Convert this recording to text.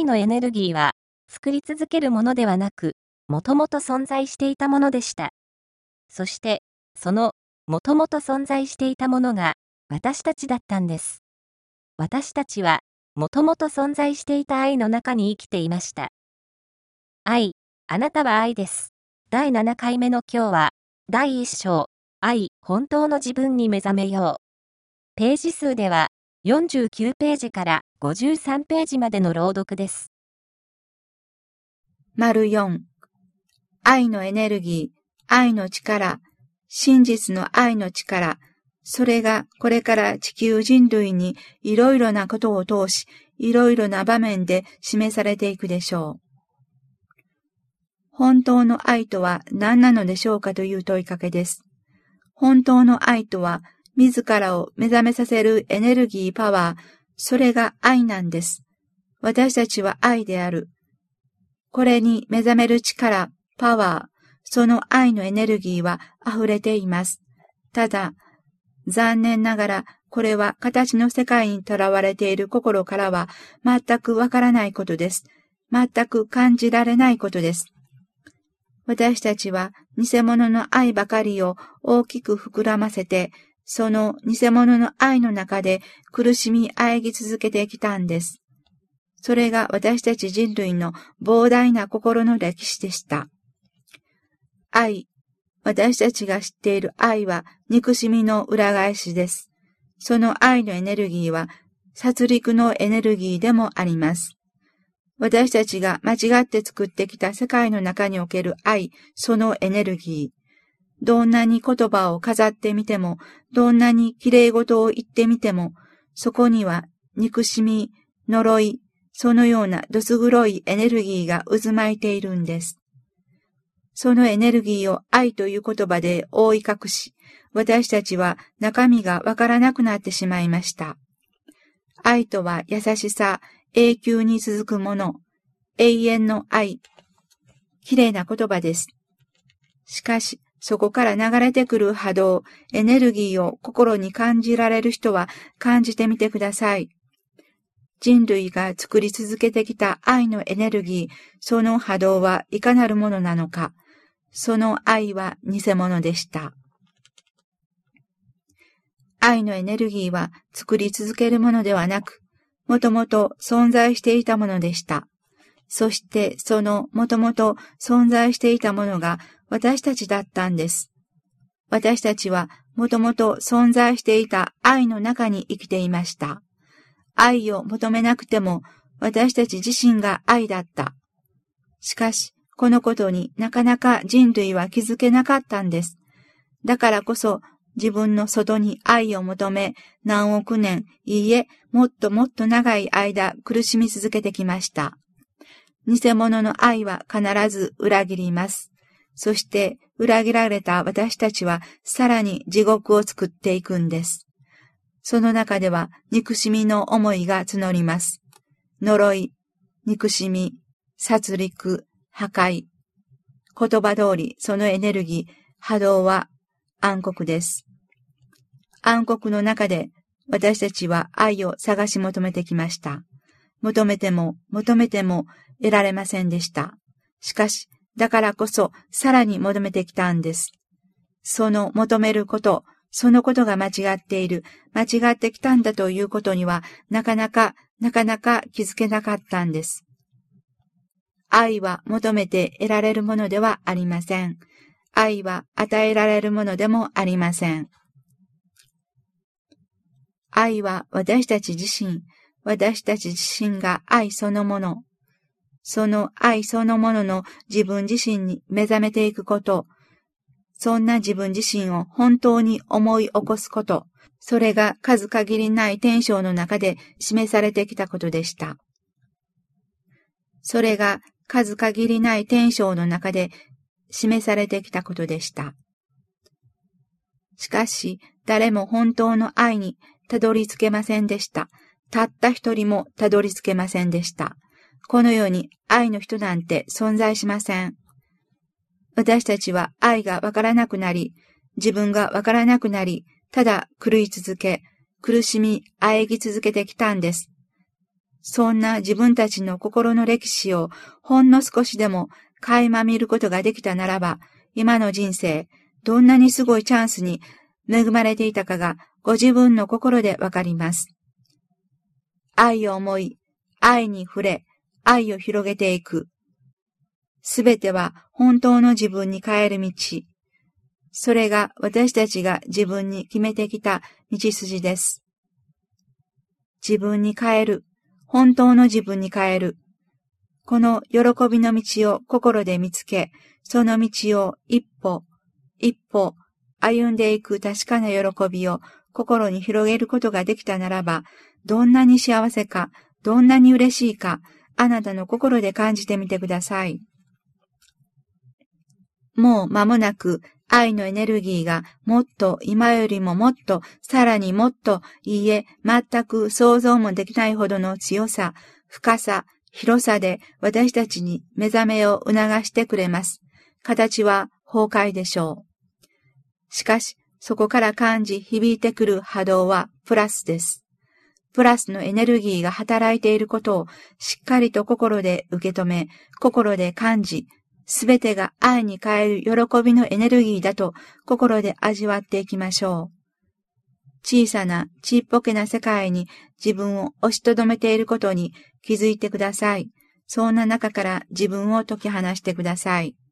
のエネルギーは、作り続けるものではなく、もともと存在していたものでした。そして、その、もともと存在していたものが、私たちだったんです。私たちは、もともと存在していた愛の中に生きていました。愛、あなたは愛です。第7回目の今日は、第1章、愛、本当の自分に目覚めよう。ページ数では、49ページから53ページまでの朗読です。 4. 愛のエネルギー、愛の力、真実の愛の力、それがこれから地球人類にいろいろなことを通し、いろいろな場面で示されていくでしょう。本当の愛とは何なのでしょうかという問いかけです。本当の愛とは、自らを目覚めさせるエネルギーパワー、それが愛なんです。私たちは愛である。これに目覚める力、パワー、その愛のエネルギーは溢れています。ただ、残念ながら、これは形の世界にとらわれている心からは全くわからないことです。全く感じられないことです。私たちは偽物の愛ばかりを大きく膨らませて、その偽物の愛の中で苦しみあえぎ続けてきたんです。それが私たち人類の膨大な心の歴史でした。愛、私たちが知っている愛は憎しみの裏返しです。その愛のエネルギーは殺戮のエネルギーでもあります。私たちが間違って作ってきた世界の中における愛、そのエネルギー。どんなに言葉を飾ってみても、どんなに綺麗事を言ってみても、そこには憎しみ、呪い、そのようなどす黒いエネルギーが渦巻いているんです。そのエネルギーを愛という言葉で覆い隠し、私たちは中身がわからなくなってしまいました。愛とは優しさ、永久に続くもの、永遠の愛、綺麗な言葉です。しかし、そこから流れてくる波動、エネルギーを心に感じられる人は感じてみてください。人類が作り続けてきた愛のエネルギー、その波動はいかなるものなのか。その愛は偽物でした。愛のエネルギーは作り続けるものではなく、もともと存在していたものでした。そしてそのもともと存在していたものが私たちだったんです。私たちはもともと存在していた愛の中に生きていました。愛を求めなくても私たち自身が愛だった。しかし、このことになかなか人類は気づけなかったんです。だからこそ自分の外に愛を求め、何億年、いいえ、もっともっと長い間苦しみ続けてきました。偽物の愛は必ず裏切ります。そして裏切られた私たちはさらに地獄を作っていくんです。その中では憎しみの思いが募ります。呪い、憎しみ、殺戮、破壊。言葉通りそのエネルギー、波動は暗黒です。暗黒の中で私たちは愛を探し求めてきました。求めても求めても得られませんでした。しかし、だからこそさらに求めてきたんです。その求めること、そのことが間違っている、間違ってきたんだということにはなかなか気づけなかったんです。愛は求めて得られるものではありません。愛は与えられるものでもありません。愛は私たち自身が愛そのもの。その愛そのものの自分自身に目覚めていくこと。そんな自分自身を本当に思い起こすこと。それが数限りない天章の中で示されてきたことでした。それが数限りない天章の中で示されてきたことでした。しかし、誰も本当の愛にたどり着けませんでした。たった一人もたどり着けませんでした。この世に愛の人なんて存在しません。私たちは愛がわからなくなり、自分がわからなくなり、ただ狂い続け、苦しみ、あえぎ続けてきたんです。 そんな自分たちの心の歴史をほんの少しでも垣間見ることができたならば、今の人生、どんなにすごいチャンスに恵まれていたかがご自分の心でわかります。愛を思い、愛に触れ、愛を広げていく。すべては本当の自分に帰る道。それが私たちが自分に決めてきた道筋です。自分に帰る。本当の自分に帰る。この喜びの道を心で見つけ、その道を一歩一歩歩んでいく確かな喜びを心に広げることができたならば、どんなに幸せか、どんなに嬉しいか、あなたの心で感じてみてください。もう間もなく愛のエネルギーがもっと今よりももっとさらにもっといいえ全く想像もできないほどの強さ、深さ、広さで私たちに目覚めを促してくれます。形は崩壊でしょう。しかしそこから感じ響いてくる波動はプラスです。プラスのエネルギーが働いていることをしっかりと心で受け止め、心で感じ、すべてが愛に変える喜びのエネルギーだと心で味わっていきましょう。小さなちっぽけな世界に自分を押しとどめていることに気づいてください。そんな中から自分を解き放してください。